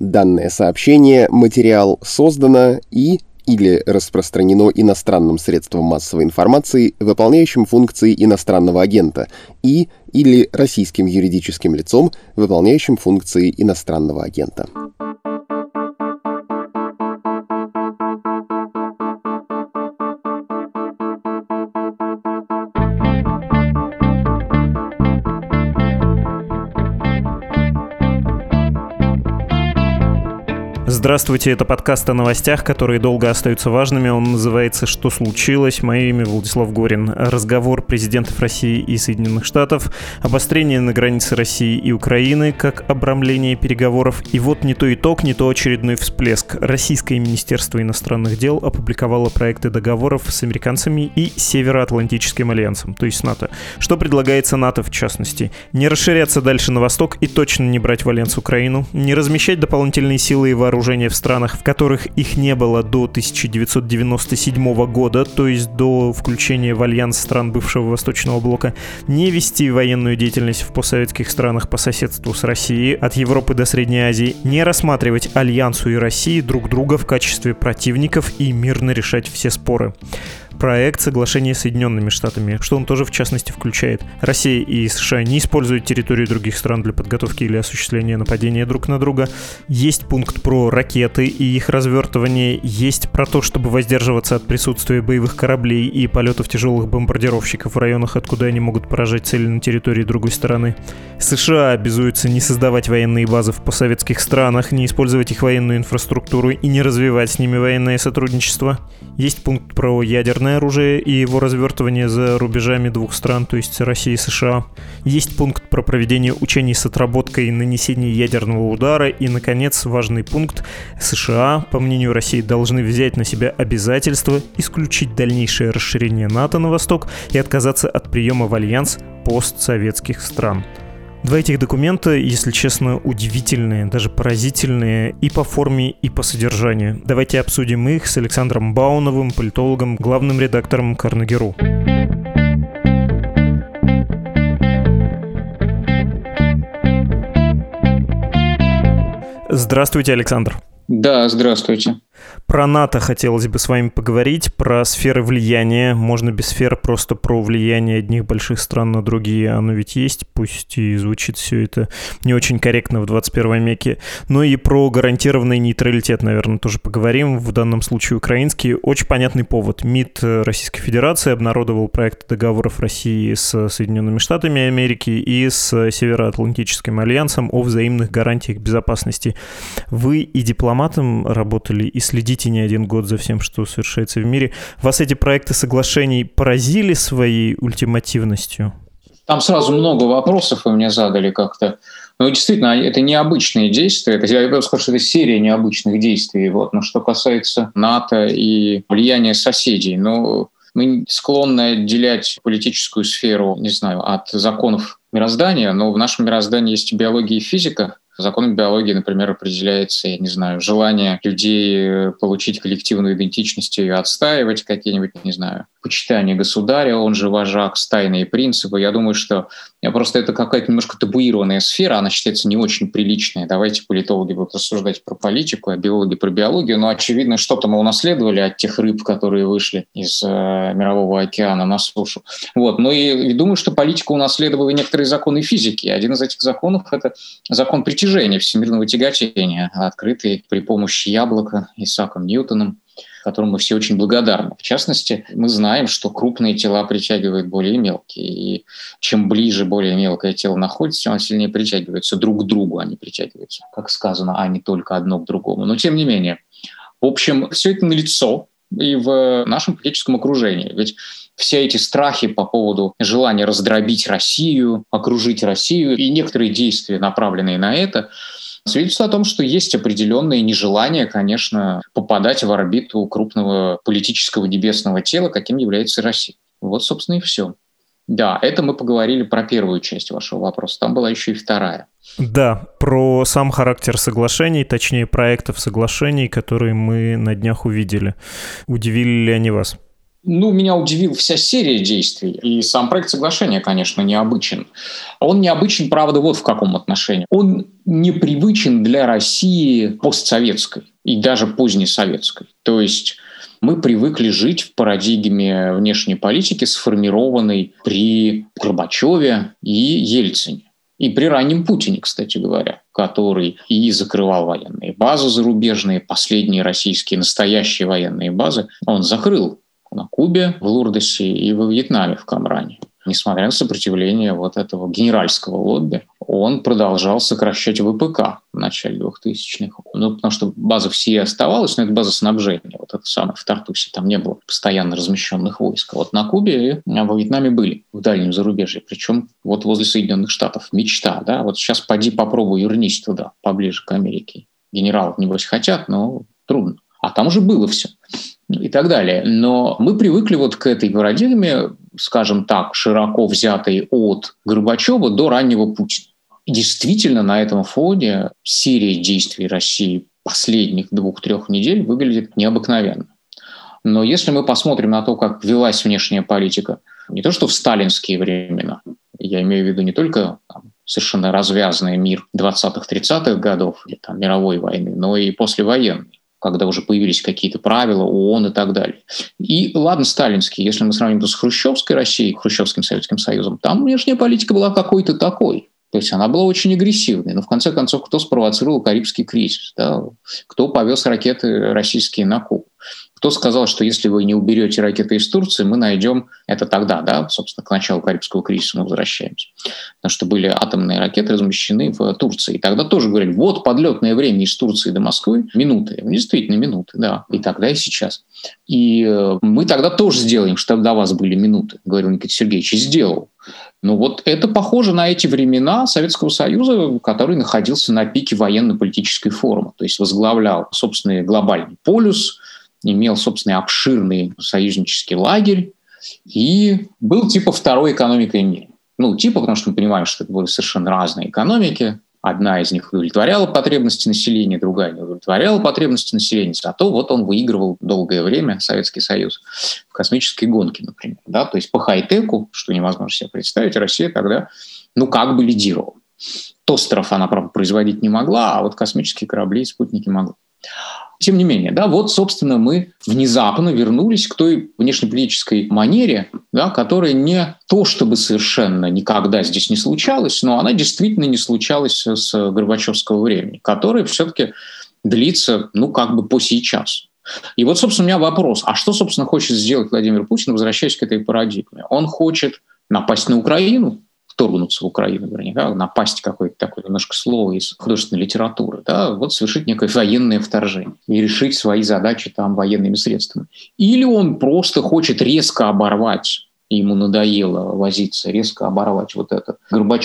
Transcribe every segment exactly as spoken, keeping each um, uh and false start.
Данное сообщение, материал создано и или распространено иностранным средством массовой информации, выполняющим функции иностранного агента, и или российским юридическим лицом, выполняющим функции иностранного агента. Здравствуйте, это подкаст о новостях, которые долго остаются важными. Он называется «Что случилось?». Мое имя Владислав Горин. Разговор президентов России и Соединенных Штатов, обострение на границе России и Украины, как обрамление переговоров. И вот не то итог, не то очередной всплеск. Российское Министерство иностранных дел опубликовало проекты договоров с американцами и Североатлантическим альянсом, то есть НАТО. Что предлагается НАТО в частности? Не расширяться дальше на восток и точно не брать в альянс Украину, не размещать дополнительные силы и вооружения в странах, в которых их не было до тысяча девятьсот девяносто седьмого года, то есть до включения в альянс стран бывшего Восточного блока, не вести военную деятельность в постсоветских странах по соседству с Россией, от Европы до Средней Азии, не рассматривать Альянсу и России друг друга в качестве противников и мирно решать все споры. Проект соглашения с Соединенными Штатами, что он тоже в частности включает. Россия и США не используют территорию других стран для подготовки или осуществления нападения друг на друга. Есть пункт про ракеты и их развертывание. Есть про то, чтобы воздерживаться от присутствия боевых кораблей и полетов тяжелых бомбардировщиков в районах, откуда они могут поражать цели на территории другой стороны. США обязуются не создавать военные базы в постсоветских странах, не использовать их военную инфраструктуру и не развивать с ними военное сотрудничество. Есть пункт про ядерное оружие и его развертывание за рубежами двух стран, то есть России и США. Есть пункт про проведение учений с отработкой нанесения ядерного удара. И, наконец, важный пункт. США, по мнению России, должны взять на себя обязательство исключить дальнейшее расширение НАТО на восток и отказаться от приема в альянс постсоветских стран. Два этих документа, если честно, удивительные, даже поразительные и по форме, и по содержанию. Давайте обсудим их с Александром Бауновым, политологом, главным редактором Carnegie.ru. Здравствуйте, Александр. Да, здравствуйте. Про НАТО хотелось бы с вами поговорить, про сферы влияния. Можно без сфер, просто про влияние одних больших стран на другие. Оно ведь есть, пусть и звучит все это не очень корректно в двадцать первом веке. Но и про гарантированный нейтралитет, наверное, тоже поговорим. В данном случае украинский. Очень понятный повод. МИД Российской Федерации обнародовал проект договоров России с Соединенными Штатами Америки и с Североатлантическим альянсом о взаимных гарантиях безопасности. Вы и дипломатом работали, и следите не один год за всем, что совершается в мире. Вас эти проекты соглашений поразили своей ультимативностью? Там сразу много вопросов вы мне задали как-то. Ну, действительно, это необычные действия. Это, я бы сказал, что это серия необычных действий. Вот. Но что касается НАТО и влияния соседей, ну, мы склонны отделять политическую сферу, не знаю, от законов мироздания, но в нашем мироздании есть и биология, и физика. Законом биологии, например, определяется, я не знаю, желание людей получить коллективную идентичность и отстаивать какие-нибудь, не знаю, почитание государя, он же вожак, стайные принципы. Я думаю, что просто это какая-то немножко табуированная сфера, она считается не очень приличной. Давайте политологи будут рассуждать про политику, а биологи про биологию. Но, очевидно, что-то мы унаследовали от тех рыб, которые вышли из э, Мирового океана на сушу. Вот. Ну и, и думаю, что политика унаследовала некоторые законы физики. Один из этих законов — это закон притяжения, всемирного тяготения, открытый при помощи яблока Исааком Ньютоном, которому мы все очень благодарны. В частности, мы знаем, что крупные тела притягивают более мелкие. И чем ближе более мелкое тело находится, тем сильнее притягиваются друг к другу. Они притягиваются, как сказано, а не только одно к другому. Но тем не менее. В общем, все это налицо и в нашем политическом окружении. Ведь все эти страхи по поводу желания раздробить Россию, окружить Россию и некоторые действия, направленные на это, свидетельствует о том, что есть определенное нежелание, конечно, попадать в орбиту крупного политического небесного тела, каким является Россия. Вот, собственно, и все. Да, это мы поговорили про первую часть вашего вопроса. Там была еще и вторая. Да, про сам характер соглашений, точнее, проектов соглашений, которые мы на днях увидели. Удивили ли они вас? Ну, меня удивила вся серия действий. И сам проект соглашения, конечно, необычен. Он необычен, правда, вот в каком отношении. Он непривычен для России постсоветской и даже позднесоветской. То есть мы привыкли жить в парадигме внешней политики, сформированной при Горбачеве и Ельцине. И при раннем Путине, кстати говоря, который и закрывал военные базы зарубежные, последние российские настоящие военные базы, он закрыл на Кубе, в Лурдосе и во Вьетнаме, в Камране. Несмотря на сопротивление вот этого генеральского лобби, он продолжал сокращать ВПК в начале двухтысячных. Ну, потому что база в Сирии оставалась, но это база снабжения. Вот это самое в Тартусе. Там не было постоянно размещенных войск. А вот на Кубе и во Вьетнаме были, в дальнем зарубежье. Причем вот возле Соединенных Штатов. Мечта, да? Вот сейчас поди попробуй вернись туда, поближе к Америке. Генералов, небось, хотят, но трудно. А там уже было все. И так далее. Но мы привыкли вот к этой парадигме, скажем так, широко взятой от Горбачева до раннего Путина. И действительно, на этом фоне серия действий России последних двух-трех недель выглядит необыкновенно. Но если мы посмотрим на то, как велась внешняя политика, не то что в сталинские времена, я имею в виду не только там, совершенно развязанный мир двадцатых-тридцатых годов или там, мировой войны, но и послевоенный, когда уже появились какие-то правила, ООН и так далее. И ладно, сталинские, если мы сравним это с хрущевской Россией, хрущевским Советским Союзом, там внешняя политика была какой-то такой. То есть она была очень агрессивной. Но в конце концов, кто спровоцировал Карибский кризис? Да? Кто повез ракеты российские на Кубу? Кто сказал, что если вы не уберете ракеты из Турции, мы найдем это тогда, да, собственно, к началу Карибского кризиса мы возвращаемся. Потому что были атомные ракеты размещены в Турции. И тогда тоже говорили, вот подлетное время из Турции до Москвы минуты. Действительно, минуты, да. И тогда, и сейчас. И мы тогда тоже сделаем, чтобы до вас были минуты, говорил Никита Сергеевич, и сделал. Ну вот это похоже на эти времена Советского Союза, который находился на пике военно-политической формы. То есть возглавлял собственный глобальный полюс, имел собственный обширный союзнический лагерь и был типа второй экономикой мира. Ну, типа, потому что мы понимаем, что это были совершенно разные экономики. Одна из них удовлетворяла потребности населения, другая не удовлетворяла потребности населения. Зато вот он выигрывал долгое время, Советский Союз, в космической гонке, например. Да? То есть по хай-теку, что невозможно себе представить, Россия тогда ну как бы лидировала. Тостеров она, правда, производить не могла, а вот космические корабли и спутники могла. Тем не менее, да, вот, собственно, мы внезапно вернулись к той внешнеполитической манере, да, которая не то чтобы совершенно никогда здесь не случалась, но она действительно не случалась с горбачевского времени, которая все-таки длится, ну, как бы по сейчас. И вот, собственно, у меня вопрос, а что, собственно, хочет сделать Владимир Путин, возвращаясь к этой парадигме? Он хочет напасть на Украину, вторгнуться в Украину, вернее, да, напасть какое-то такое немножко слово из художественной литературы, да, вот совершить некое военное вторжение и решить свои задачи там военными средствами. Или он просто хочет резко оборвать, ему надоело возиться, резко оборвать вот этот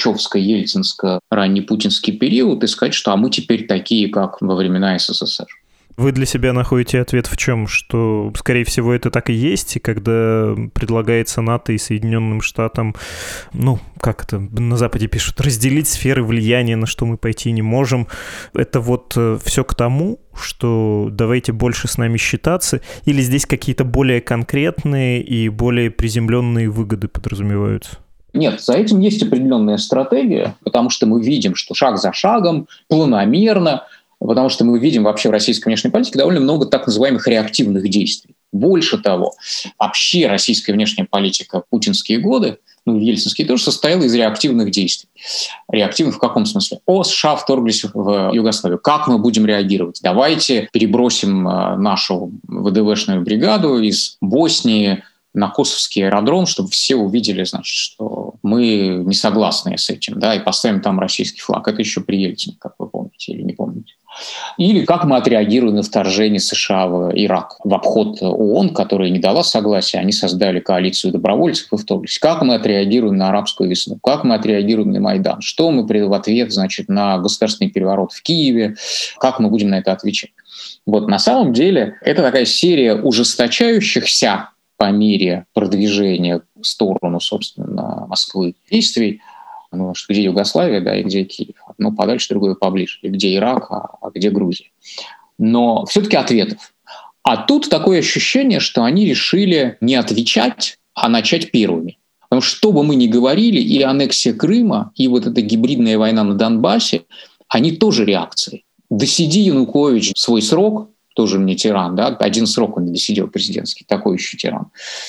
Горбачевско-Ельцинско-раннепутинский период и сказать, что а мы теперь такие, как во времена СССР. Вы для себя находите ответ в чем? Что, скорее всего, это так и есть, и когда предлагается НАТО и Соединенным Штатам, ну, как это на Западе пишут, разделить сферы влияния, на что мы пойти не можем, это вот все к тому, что давайте больше с нами считаться, или здесь какие-то более конкретные и более приземленные выгоды подразумеваются? Нет, за этим есть определенная стратегия, потому что мы видим, что шаг за шагом, планомерно, потому что мы видим вообще в российской внешней политике довольно много так называемых реактивных действий. Больше того, вообще российская внешняя политика в путинские годы, ну и ельцинские тоже, состояла из реактивных действий. Реактивных в каком смысле? О, США вторглись в Югославию. Как мы будем реагировать? Давайте перебросим нашу ВДВшную бригаду из Боснии на Косовский аэродром, чтобы все увидели, значит, что мы не согласны с этим, да, и поставим там российский флаг. Это еще при Ельцине, как вы помните или не помните. Или как мы отреагируем на вторжение США в Ирак, в обход ООН, которая не дала согласия, они создали коалицию добровольцев и вторглись. Как мы отреагируем на арабскую весну, как мы отреагируем на Майдан, что мы в ответ, значит, на государственный переворот в Киеве, как мы будем на это отвечать. Вот на самом деле это такая серия ужесточающихся по мере продвижения в сторону, собственно, Москвы действий, ну, что где Югославия, да, и где Киев. Одно подальше, другое поближе. И где Ирак, а, а где Грузия. Но все-таки ответов. А тут такое ощущение, что они решили не отвечать, а начать первыми. Потому что, что бы мы ни говорили, и аннексия Крыма, и вот эта гибридная война на Донбассе, они тоже реакции. Досиди Янукович свой срок, тоже мне тиран, да, один срок он не досидел президентский, такой еще тиран.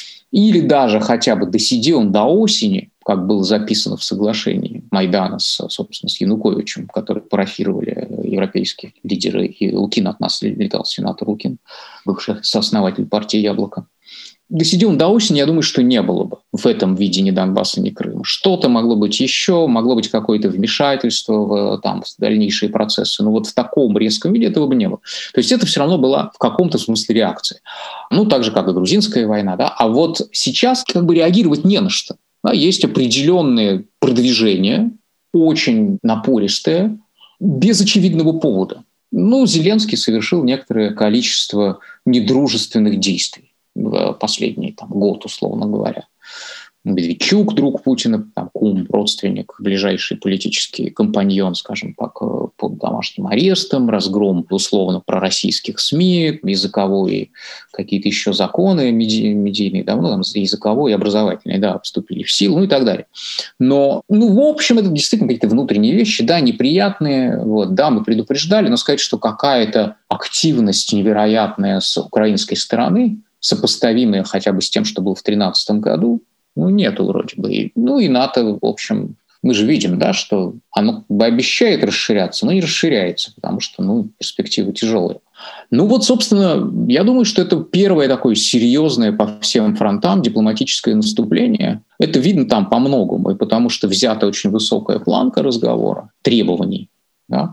Или даже хотя бы досиди он до осени, как было записано в соглашении Майдана с, собственно, с Януковичем, который парафировали европейские лидеры, и Лукин от нас летал, сенатор Лукин, бывший сооснователь партии «Яблоко». Досиди он до осени, я думаю, что не было бы в этом виде ни Донбасса, ни Крыма. Что-то могло быть еще, могло быть какое-то вмешательство в, там, в дальнейшие процессы. Но вот в таком резком виде этого бы не было. То есть это все равно была в каком-то смысле реакция. Ну, так же, как и грузинская война. Да? А вот сейчас как бы реагировать не на что. Да? Есть определенные продвижения, очень напористые, без очевидного повода. Ну, Зеленский совершил некоторое количество недружественных действий в последний там, год, условно говоря. Медведчук, друг Путина, там, кум, родственник, ближайший политический компаньон, скажем так, под домашним арестом, разгром условно пророссийских СМИ, языковые какие-то еще законы меди- медийные, да, ну, там, языковые и образовательные, да, вступили в силу, ну и так далее. Но, ну, в общем, это действительно какие-то внутренние вещи, да, неприятные, вот, да, мы предупреждали, но сказать, что какая-то активность невероятная с украинской стороны, сопоставимые хотя бы с тем, что было в две тысячи тринадцатом году, ну, нету вроде бы. И, ну, и НАТО, в общем, мы же видим, да, что оно как бы обещает расширяться, но не расширяется, потому что, ну, перспективы тяжелые. Ну, вот, собственно, я думаю, что это первое такое серьезное по всем фронтам дипломатическое наступление. Это видно там по многому, и потому что взята очень высокая планка разговора, требований, да,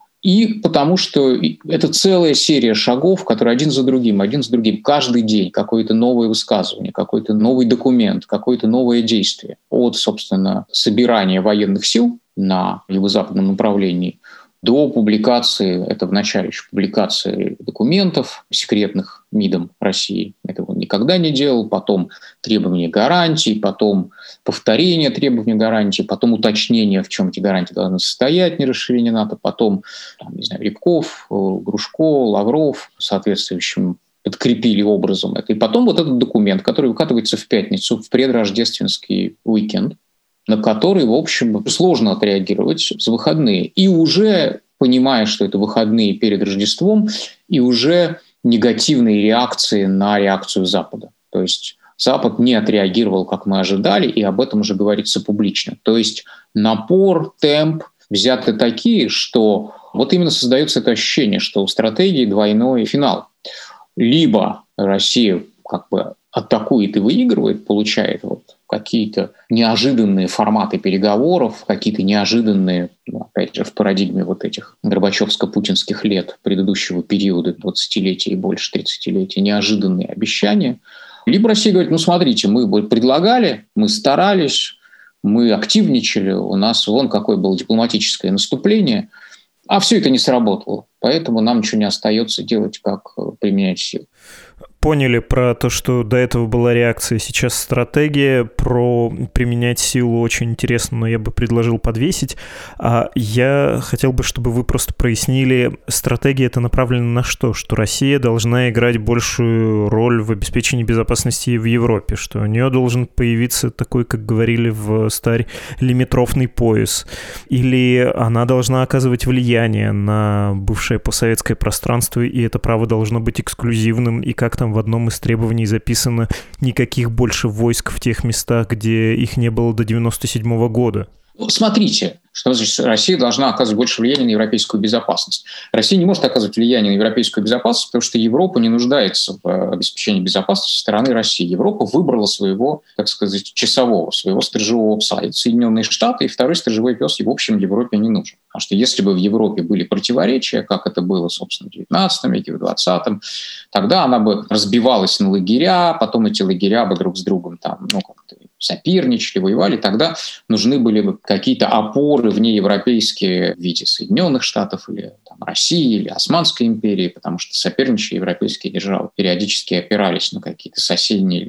и потому что это целая серия шагов, которые один за другим, один за другим, каждый день какое-то новое высказывание, какой-то новый документ, какое-то новое действие. От, собственно, собирания военных сил на юго-западном направлении до публикации, это в начале еще публикации документов секретных МИДом России. Этого он никогда не делал. Потом требования гарантий, потом повторение требований гарантий, потом уточнение, в чем эти гарантии должны состоять, не расширение НАТО, потом, там, не знаю, Рябков, Грушко, Лавров соответствующим подкрепили образом это. И потом вот этот документ, который выкатывается в пятницу, в предрождественский уикенд, на который, в общем, сложно отреагировать с выходные. И уже понимая, что это выходные перед Рождеством, и уже негативные реакции на реакцию Запада. То есть Запад не отреагировал, как мы ожидали, и об этом уже говорится публично. То есть напор, темп взяты такие, что вот именно создается это ощущение, что у стратегии двойной финал. Либо Россия как бы атакует и выигрывает, получает вот какие-то неожиданные форматы переговоров, какие-то неожиданные, ну, опять же, в парадигме вот этих горбачевско-путинских лет предыдущего периода, двадцатилетия и больше тридцатилетия, неожиданные обещания. Либо Россия говорит, ну, смотрите, мы предлагали, мы старались, мы активничали, у нас вон какое было дипломатическое наступление, а все это не сработало. Поэтому нам ничего не остается делать, как применять силу. Поняли про то, что до этого была реакция, сейчас стратегия. Про применять силу очень интересно, но я бы предложил подвесить. А я хотел бы, чтобы вы просто прояснили, стратегия это направлена на что? Что Россия должна играть большую роль в обеспечении безопасности в Европе, что у нее должен появиться такой, как говорили в старь, лимитрофный пояс. Или она должна оказывать влияние на бывшее постсоветское пространство, и это право должно быть эксклюзивным, и как там в одном из требований записано никаких больше войск в тех местах, где их не было до девяносто седьмого года. Ну, смотрите, что значит, Россия должна оказывать больше влияния на европейскую безопасность. Россия не может оказывать влияние на европейскую безопасность, потому что Европа не нуждается в обеспечении безопасности со стороны России. Европа выбрала своего, так сказать, часового, своего сторожевого пса. Это Соединенные Штаты, и второй сторожевой пес в общем Европе не нужен. Потому что если бы в Европе были противоречия, как это было, собственно, в девятнадцатом веке, в двадцатом, тогда она бы разбивалась на лагеря, потом эти лагеря бы друг с другом там, ну, как-то соперничали, воевали, тогда нужны были бы какие-то опоры внеевропейские в виде Соединенных Штатов или там, России, или Османской империи, потому что соперничающие европейские державы периодически опирались на какие-то соседние или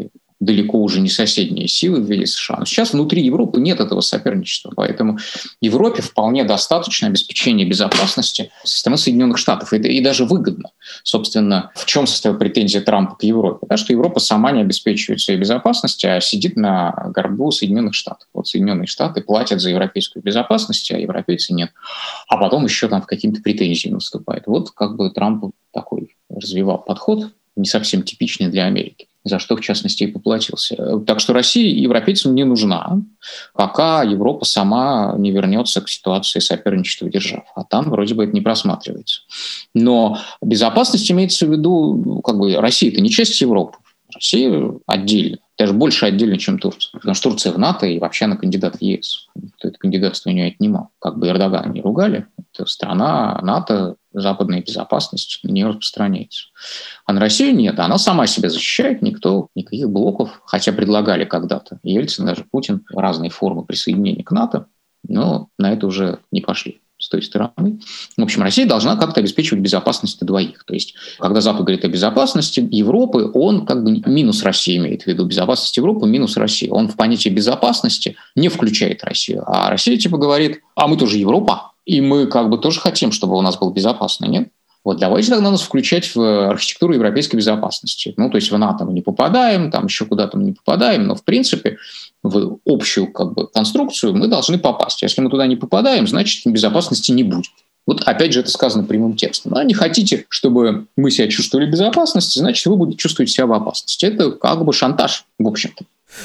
далеко уже не соседние силы в виде США. Но сейчас внутри Европы нет этого соперничества, поэтому Европе вполне достаточно обеспечения безопасности со стороны Соединенных Штатов. И, и даже выгодно. Собственно, в чем состоит претензия Трампа к Европе? Да, что Европа сама не обеспечивает своей безопасности, а сидит на горбу Соединенных Штатов. Вот Соединенные Штаты платят за европейскую безопасность, а европейцы нет. А потом еще там в какие-то претензии наступает. Вот как бы Трамп такой развивал подход, не совсем типичный для Америки, за что, в частности, и поплатился. Так что Россия европейцам не нужна, пока Европа сама не вернется к ситуации соперничества держав. А там вроде бы это не просматривается. Но безопасность имеется в виду, как бы Россия – это не часть Европы. Россия отдельно, даже больше отдельно, чем Турция. Потому что Турция в НАТО и вообще она кандидат в ЕС. Это кандидатство у нее отнимал. Как бы Эрдогана не ругали, это страна НАТО, западная безопасность на нее распространяется. А на Россию нет, она сама себя защищает, никто, никаких блоков, хотя предлагали когда-то Ельцин, даже Путин, разные формы присоединения к НАТО, но на это уже не пошли с той стороны. В общем, Россия должна как-то обеспечивать безопасность на двоих. То есть, когда Запад говорит о безопасности Европы, он как бы минус России имеет в виду. Безопасность Европы минус России. Он в понятие безопасности не включает Россию. А Россия типа говорит, а мы тоже Европа, и мы как бы тоже хотим, чтобы у нас было безопасно, нет? Вот давайте тогда нас включать в архитектуру европейской безопасности. Ну, то есть в НАТО мы не попадаем, там еще куда-то мы не попадаем, но в принципе в общую как бы конструкцию мы должны попасть. Если мы туда не попадаем, значит безопасности не будет. Вот опять же это сказано прямым текстом. А не хотите, чтобы мы себя чувствовали в безопасности, значит вы будете чувствовать себя в опасности. Это как бы шантаж, в общем-то.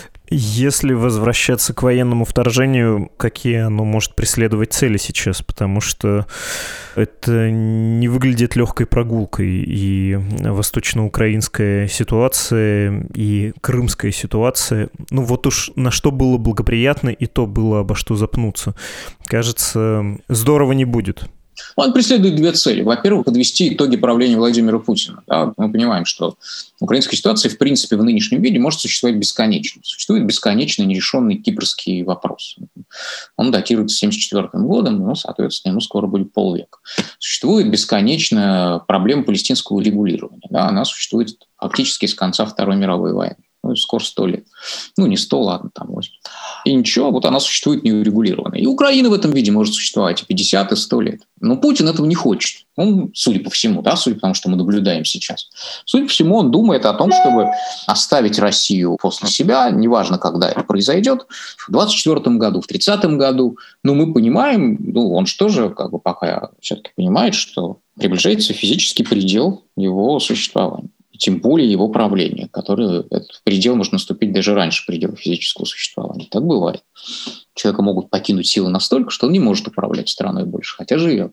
Если возвращаться к военному вторжению, какие оно может преследовать цели сейчас? Потому что это не выглядит легкой прогулкой. И восточноукраинская ситуация, и крымская ситуация. Ну вот уж на что было благоприятно, и то было обо что запнуться. Кажется, здорово не будет. Он преследует две цели. Во-первых, подвести итоги правления Владимира Путина. Да, мы понимаем, что украинская ситуация, в принципе, в нынешнем виде может существовать бесконечно. Существует бесконечно нерешенный кипрский вопрос. Он датируется семьдесят четвёртым годом, ну, соответственно, ему скоро будет полвека. Существует бесконечно проблема палестинского регулирования. Да, она существует фактически с конца Второй мировой войны. Ну, скоро сто лет. Ну, не сто, ладно, там восемь. И ничего, вот она существует неурегулированно. И Украина в этом виде может существовать и пятьдесят, и сто лет. Но Путин этого не хочет. Он, судя по всему, да, судя по тому, что мы наблюдаем сейчас, судя по всему, он думает о том, чтобы оставить Россию после себя, неважно, когда это произойдет, в двадцать четвёртом году, в тридцатом году. Но мы понимаем, ну, он же тоже, как бы, пока все-таки понимает, что приближается физический предел его существования. Тем более его правление, которое этот предел может наступить даже раньше предела физического существования. Так бывает. Человека могут покинуть силы настолько, что он не может управлять страной больше, хотя живет.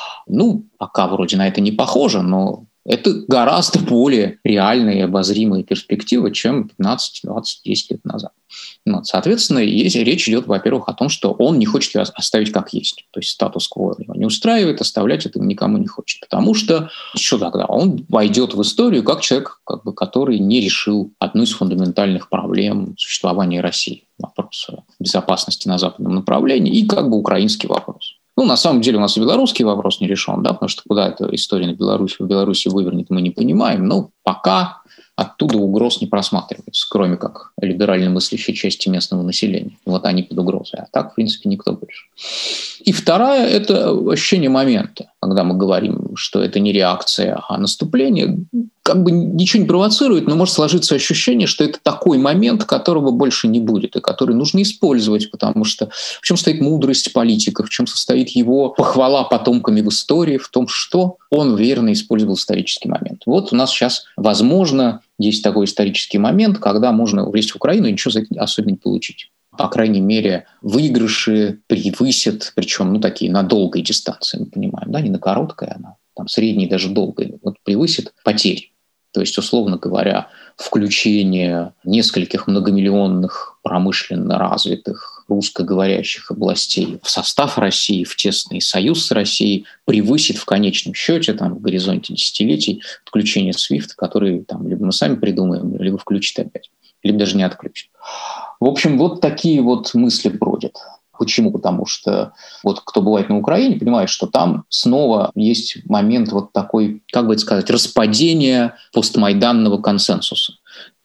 Ну, пока вроде на это не похоже, но это гораздо более реальная и обозримая перспектива, чем пятнадцать, двадцать, десять лет назад. Вот, соответственно, есть, речь идет, во-первых, о том, что он не хочет ее оставить как есть. То есть статус-кво его не устраивает, оставлять это никому не хочет. Потому что, что тогда? Он войдет в историю как человек, как бы, который не решил одну из фундаментальных проблем существования России. Вопрос безопасности на западном направлении и как бы украинский вопрос. Ну, на самом деле у нас и белорусский вопрос не решен, да, потому что куда эта история на Беларуси, в Беларуси вывернет, мы не понимаем. Но пока оттуда угроз не просматривается, кроме как либерально мыслящей части местного населения. Вот они под угрозой. А так, в принципе, никто больше. И вторая – это ощущение момента, когда мы говорим, что это не реакция, а наступление. Как бы ничего не провоцирует, но может сложиться ощущение, что это такой момент, которого больше не будет, и который нужно использовать, потому что в чем стоит мудрость политика, в чем состоит его похвала потомками в истории, в том, что он верно использовал исторический момент. Вот у нас сейчас, возможно, есть такой исторический момент, когда можно влезть в Украину и ничего за это особенно не получить. По крайней мере, выигрыши превысят, причем ну, такие на долгой дистанции, мы понимаем, да, не на короткой, а на там, средней, даже долгой, вот превысит потери. То есть, условно говоря, включение нескольких многомиллионных промышленно развитых русскоговорящих областей в состав России, в тесный союз с Россией, превысит в конечном счете, там, в горизонте десятилетий, отключение свифт, который там, либо мы сами придумаем, либо включит опять, либо даже не отключит. В общем, вот такие вот мысли бродят. Почему? Потому что вот кто бывает на Украине, понимает, что там снова есть момент вот такой, как бы это сказать, распадения постмайданного консенсуса.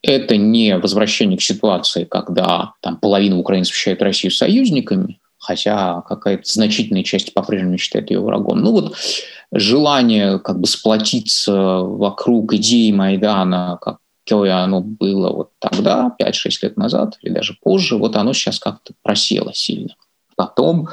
это не возвращение к ситуации, когда там половина украинцев считает Россию союзниками, хотя какая-то значительная часть по-прежнему считает ее врагом. Ну вот желание как бы сплотиться вокруг идеи Майдана, какое оно было вот тогда, пять-шесть лет назад, или даже позже, вот оно сейчас как-то просело сильно. Потом,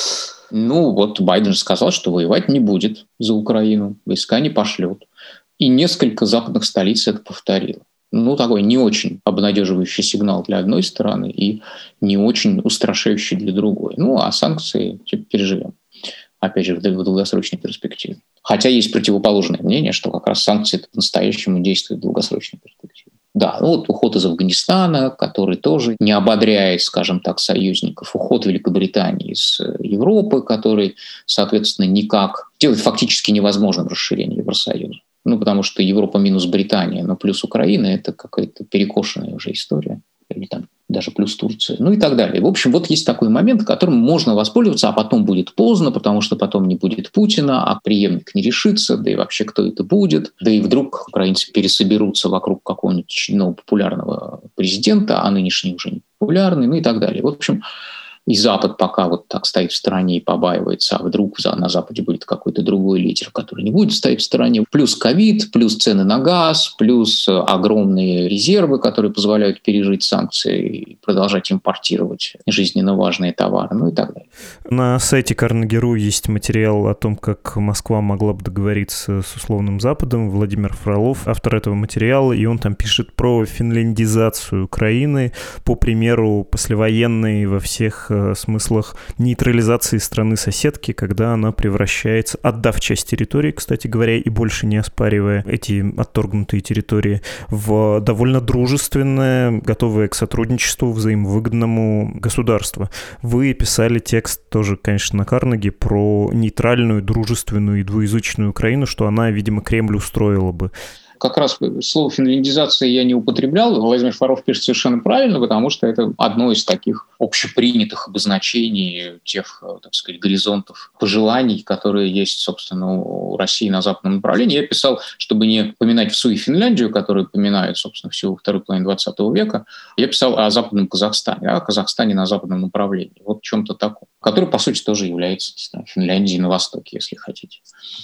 ну вот Байден же сказал, что воевать не будет за Украину, войска не пошлет. И несколько западных столиц это повторило. Ну, такой не очень обнадеживающий сигнал для одной стороны и не очень устрашающий для другой. Ну, а санкции типа, переживем. Опять же, в долгосрочной перспективе. Хотя есть противоположное мнение, что как раз санкции по-настоящему действуют в долгосрочной перспективе. Да, ну вот уход из Афганистана, который тоже не ободряет, скажем так, союзников. Уход Великобритании из Европы, который, соответственно, никак делает фактически невозможным расширение Евросоюза. Ну, потому что Европа минус Британия, но плюс Украина – это какая-то перекошенная уже история. Или там даже плюс Турция. Ну и так далее. В общем, вот есть такой момент, которым можно воспользоваться, а потом будет поздно, потому что потом не будет Путина, а преемник не решится, да и вообще кто это будет. Да и вдруг украинцы пересоберутся вокруг какого-нибудь очередного популярного президента, а нынешний уже не популярный, ну и так далее. В общем, и Запад пока вот так стоит в стороне и побаивается, а вдруг на Западе будет какой-то другой лидер, который не будет стоять в стороне. Плюс ковид, плюс цены на газ, плюс огромные резервы, которые позволяют пережить санкции и продолжать импортировать жизненно важные товары, ну и так далее. На сайте Карнеги.ру есть материал о том, как Москва могла бы договориться с условным Западом. Владимир Фролов, автор этого материала, и он там пишет про финляндизацию Украины, по примеру послевоенной во всех смыслах нейтрализации страны-соседки, когда она превращается, отдав часть территории, кстати говоря, и больше не оспаривая эти отторгнутые территории, в довольно дружественное, готовое к сотрудничеству, взаимовыгодному государство. Вы писали текст тоже, конечно, на Карнеги про нейтральную, дружественную и двуязычную Украину, что она, видимо, Кремль устроила бы. Как раз слово «финляндизация» я не употреблял. Владимир Фролов пишет совершенно правильно, потому что это одно из таких общепринятых обозначений тех, так сказать, горизонтов пожеланий, которые есть, собственно, у России на западном направлении. Я писал, чтобы не поминать всю и Финляндию, которую поминают, собственно, всю вторую половину двадцатого века, я писал о западном Казахстане, о Казахстане на западном направлении. Вот в чем-то таком, который, по сути, тоже является знаю, Финляндией на востоке, если хотите.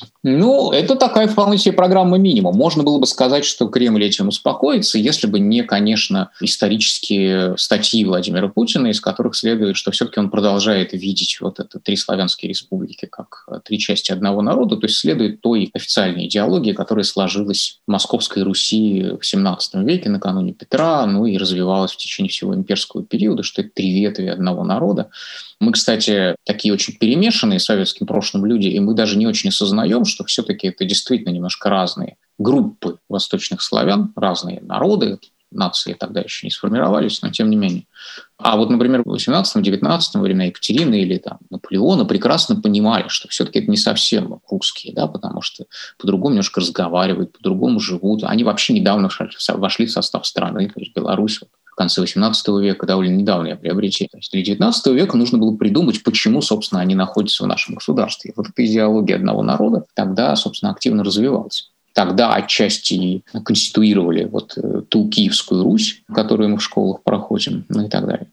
Ну, это такая вполне себе программа минимум. Можно было бы сказать, что Кремль этим успокоится, если бы не, конечно, исторические статьи Владимира Путина, из которых следует, что все-таки он продолжает видеть вот это три славянские республики как три части одного народа, то есть следует той официальной идеологии, которая сложилась в Московской Руси в семнадцатом веке, накануне Петра, ну и развивалась в течение всего имперского периода, что это три ветви одного народа. Мы, кстати, такие очень перемешанные с советским прошлым люди, и мы даже не очень осознаем, что все-таки это действительно немножко разные группы восточных славян, разные народы, нации тогда еще не сформировались, но тем не менее. А вот, например, в восемнадцатом-девятнадцатом во времена Екатерины или там, Наполеона прекрасно понимали, что все-таки это не совсем русские, да, потому что по-другому немножко разговаривают, по-другому живут. Они вообще недавно вошли в состав страны, то есть Беларусь в конце восемнадцатого века, довольно недавнее приобретение. То есть для девятнадцатого века нужно было придумать, почему, собственно, они находятся в нашем государстве. Вот эта идеология одного народа тогда, собственно, активно развивалась. Тогда отчасти конституировали вот ту Киевскую Русь, которую мы в школах проходим, ну и так далее.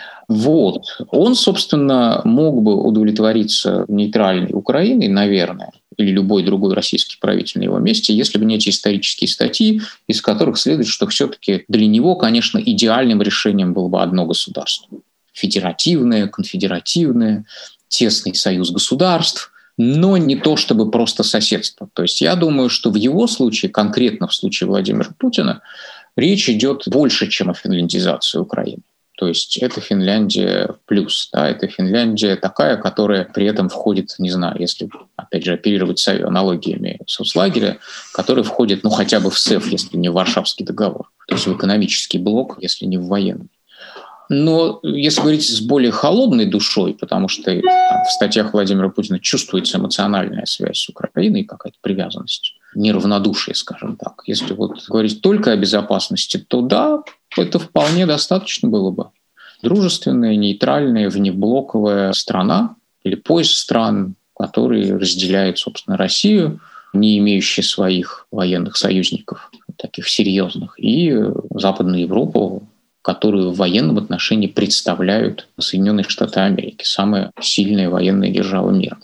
Вот. Он, собственно, мог бы удовлетвориться нейтральной Украиной, наверное, или любой другой российский правитель на его месте, если бы не эти исторические статьи, из которых следует, что все-таки для него, конечно, идеальным решением было бы одно государство. Федеративное, конфедеративное, тесный союз государств, но не то чтобы просто соседство. То есть я думаю, что в его случае, конкретно в случае Владимира Путина, речь идет больше, чем о финляндизации Украины. То есть это Финляндия плюс, да, это Финляндия такая, которая при этом входит, не знаю, если, опять же, оперировать с аналогиями соцлагеря, которая входит, ну, хотя бы в СЭФ, если не в Варшавский договор, то есть в экономический блок, если не в военный. Но если говорить с более холодной душой, потому что там, в статьях Владимира Путина чувствуется эмоциональная связь с Украиной, какая-то привязанность, неравнодушие, скажем так. Если вот говорить только о безопасности, то да, это вполне достаточно было бы. Дружественная, нейтральная, внеблоковая страна или пояс стран, который разделяет, собственно, Россию, не имеющая своих военных союзников. таких серьезных, и Западную Европу, которую в военном отношении представляют Соединенные Штаты Америки, самая сильная военная держава мира.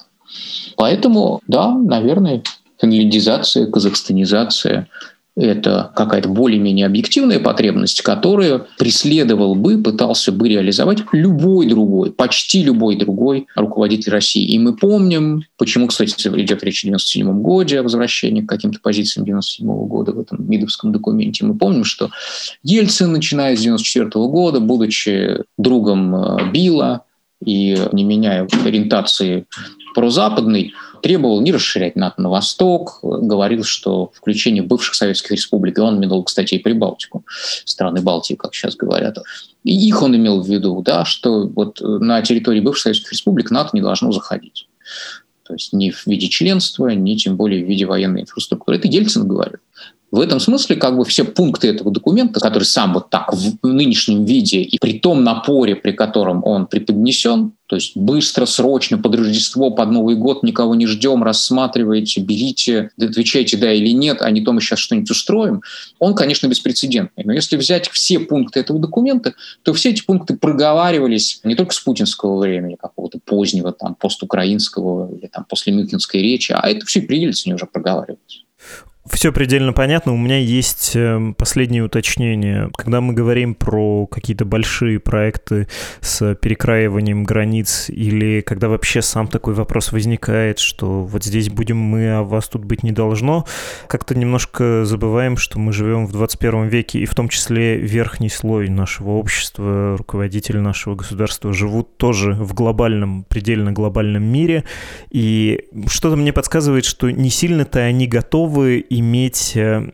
Поэтому, да, наверное, финляндизация, казахстанизация – это какая-то более-менее объективная потребность, которую преследовал бы, пытался бы реализовать любой другой, почти любой другой руководитель России. И мы помним, почему, кстати, идет речь о девяносто седьмом годе, о возвращении к каким-то позициям девяносто седьмого года в этом МИДовском документе. Мы помним, что Ельцин, начиная с девяносто четвёртого года, будучи другом Билла и не меняя ориентации прозападной, требовал не расширять НАТО на восток, говорил, что включение бывших советских республик, и он имел, кстати, и Прибалтику, страны Балтии, как сейчас говорят, и их он имел в виду, да, что вот на территории бывших советских республик НАТО не должно заходить. То есть ни в виде членства, ни тем более в виде военной инфраструктуры. Это Ельцин говорил. В этом смысле как бы все пункты этого документа, который сам вот так в нынешнем виде и при том напоре, при котором он преподнесен, то есть быстро, срочно, под Рождество, под Новый год, никого не ждем, рассматривайте, берите, отвечайте да или нет, а не то мы сейчас что-нибудь устроим, он, конечно, беспрецедентный. Но если взять все пункты этого документа, то все эти пункты проговаривались не только с путинского времени, какого-то позднего, там, постукраинского или там, после Мюнхенской речи, а это все при Ельцине уже проговаривалось. Все предельно понятно. У меня есть последнее уточнение. Когда мы говорим про какие-то большие проекты с перекраиванием границ, или когда вообще сам такой вопрос возникает, что вот здесь будем мы, а вас тут быть не должно, как-то немножко забываем, что мы живем в двадцать первом веке, и в том числе верхний слой нашего общества, руководители нашего государства живут тоже в глобальном, предельно глобальном мире, и что-то мне подсказывает, что не сильно-то они готовы иметь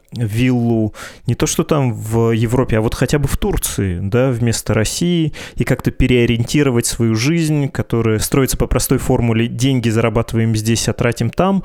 виллу не то что там в Европе, а вот хотя бы в Турции, да, вместо России, и как-то переориентировать свою жизнь, которая строится по простой формуле «деньги зарабатываем здесь, а тратим там»,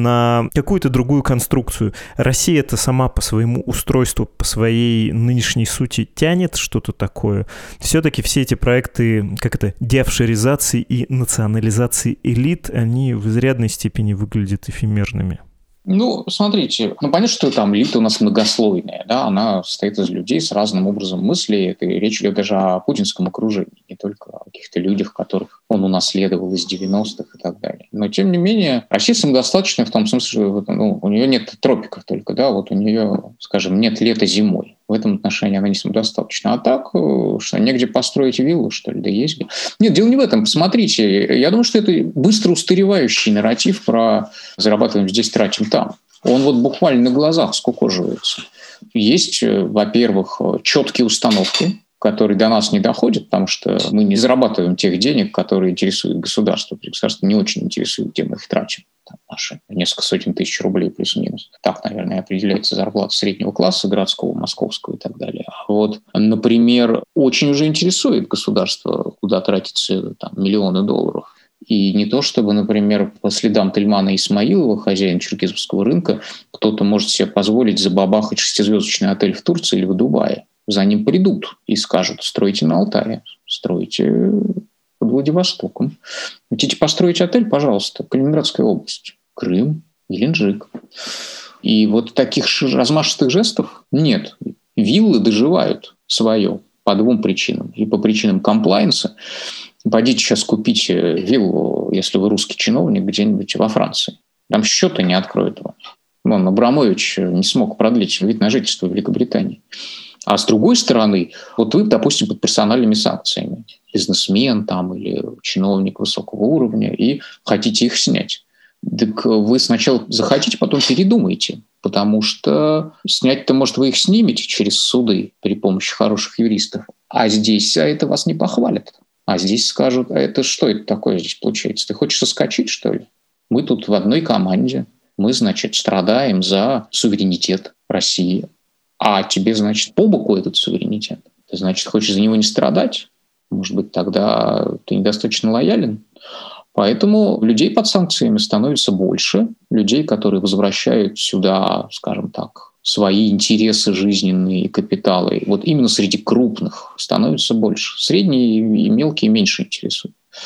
на какую-то другую конструкцию. Россия это сама по своему устройству, по своей нынешней сути тянет что-то такое. Все-таки все эти проекты, как это, деофшоризации и национализации элит, они в изрядной степени выглядят эфемерными. Ну, смотрите, ну, понятно, что там элита у нас многослойная, да, она состоит из людей с разным образом мысли, это речь идет даже о путинском окружении, не только о каких-то людях, которых он унаследовал из девяностых и так далее. Но, тем не менее, Россия самодостаточная в том смысле, что ну, у нее нет тропиков только, да, вот у нее, скажем, нет лета зимой. В этом отношении она не самодостаточна. А так, что негде построить виллу, что ли, да есть где. Нет, дело не в этом. Посмотрите, я думаю, что это быстро устаревающий нарратив про зарабатываем здесь, тратим там. Он вот буквально на глазах скукоживается. Есть, во-первых, четкие установки, которые до нас не доходят, потому что мы не зарабатываем тех денег, которые интересуют государство. Государство не очень интересует, где мы их тратим. Там наши несколько сотен тысяч рублей плюс-минус. Так, наверное, определяется зарплата среднего класса, городского, московского и так далее. А вот, например, очень уже интересует государство, куда тратятся там, миллионы долларов. И не то, чтобы, например, по следам Тельмана Исмаилова, хозяина черкизовского рынка, кто-то может себе позволить забабахать шестизвездочный отель в Турции или в Дубае. За ним придут и скажут, стройте на Алтае, стройте под Владивостоком. Хотите построить отель, пожалуйста, Калининградская область, Крым, Геленджик. И вот таких размашистых жестов нет. Виллы доживают свое по двум причинам. И по причинам комплаенса. Пойдите сейчас купить виллу, если вы русский чиновник, где-нибудь во Франции. Там счета не откроют вам. Вон, Абрамович не смог продлить вид на жительство в Великобритании. А с другой стороны, вот вы, допустим, под персональными санкциями, бизнесмен там или чиновник высокого уровня, и хотите их снять. Так вы сначала захотите, потом передумаете, потому что снять-то, может, вы их снимете через суды при помощи хороших юристов, а здесь а это вас не похвалят. А здесь скажут, а это что это такое здесь получается? Ты хочешь соскочить, что ли? Мы тут в одной команде, мы, значит, страдаем за суверенитет России. А тебе, значит, по боку этот суверенитет. Ты, значит, хочешь за него не страдать? Может быть, тогда ты недостаточно лоялен? Поэтому людей под санкциями становится больше. Людей, которые возвращают сюда, скажем так, свои интересы жизненные и капиталы. Вот именно среди крупных становится больше. Средние и мелкие меньше интересуют.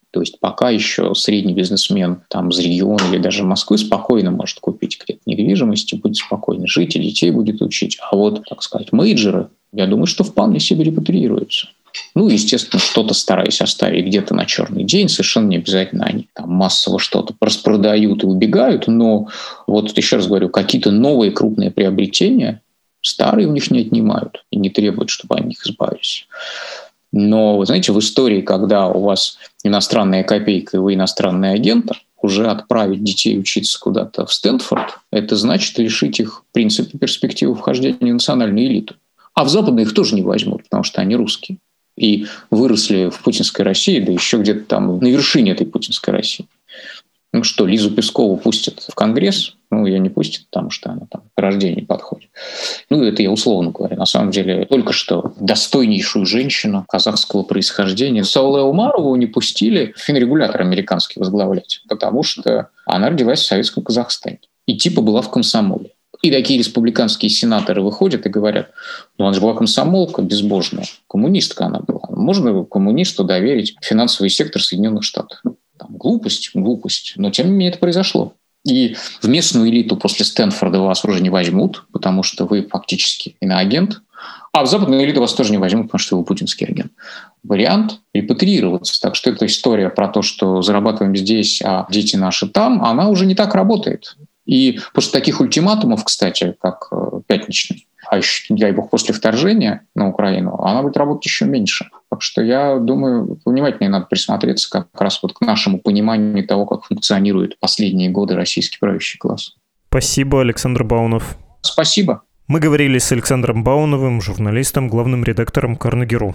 То есть пока еще средний бизнесмен там из региона или даже Москвы спокойно может купить где-то недвижимость и будет спокойно жить, и детей будет учить. А вот, так сказать, мейджеры, я думаю, что вполне себе репатриируются. Ну, естественно, что-то стараясь оставить где-то на черный день. Совершенно не обязательно они там массово что-то распродают и убегают. Но вот еще раз говорю, какие-то новые крупные приобретения старые у них не отнимают и не требуют, чтобы они их избавились. Но, вы знаете, в истории, когда у вас иностранная копейка и вы иностранный агент, уже отправить детей учиться куда-то в Стэнфорд, это значит лишить их, в принципе, перспективы вхождения в национальную элиту. А в западные их тоже не возьмут, потому что они русские. И выросли в путинской России, да еще где-то там на вершине этой путинской России. Ну что, Лизу Пескову пустят в Конгресс? Ну, ее не пустят, потому что она там к рождению не подходит. Ну, это я условно говорю. На самом деле, только что достойнейшую женщину казахского происхождения Сауле Умарову не пустили финрегулятор американский возглавлять, потому что она родилась в советском Казахстане. И типа была в комсомоле. И такие республиканские сенаторы выходят и говорят, ну, она же была комсомолка безбожная, коммунистка она была. Можно коммунисту доверить финансовый сектор Соединенных Штатов? Там, глупость, глупость. Но тем не менее это произошло. И в местную элиту после Стэнфорда вас уже не возьмут, потому что вы фактически иноагент. А в западную элиту вас тоже не возьмут, потому что вы путинский агент. Вариант – репатриироваться. Так что эта история про то, что зарабатываем здесь, а дети наши там, она уже не так работает. И после таких ультиматумов, кстати, как пятничный, а еще, не дай бог, после вторжения на Украину, она будет работать еще меньше. Так что я думаю, внимательнее надо присмотреться как раз вот к нашему пониманию того, как функционирует последние годы российский правящий класс. Спасибо, Александр Баунов. Спасибо. Мы говорили с Александром Бауновым, журналистом, главным редактором Carnegie.ru.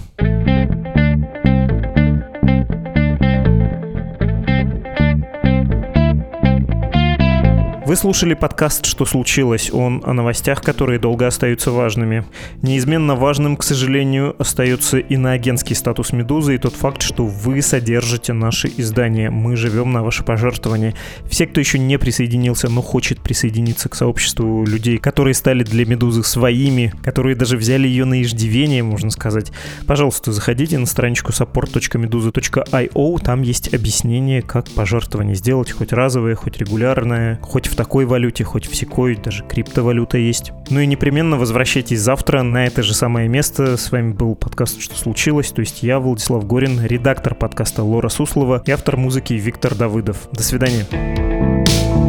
Вы слушали подкаст «Что случилось?». Он о новостях, которые долго остаются важными. Неизменно важным, к сожалению, остается иноагентский статус «Медузы» и тот факт, что вы содержите наше издание. Мы живем на ваше пожертвование. Все, кто еще не присоединился, но хочет присоединиться к сообществу людей, которые стали для «Медузы» своими, которые даже взяли ее на иждивение, можно сказать, пожалуйста, заходите на страничку support точка meduza точка io. Там есть объяснение, как пожертвование сделать, хоть разовое, хоть регулярное, хоть в такой валюте, хоть в сякой, даже криптовалюта есть. Ну и непременно возвращайтесь завтра на это же самое место. С вами был подкаст «Что случилось?», то есть я, Владислав Горин, редактор подкаста Лора Суслова и автор музыки Виктор Давыдов. До свидания.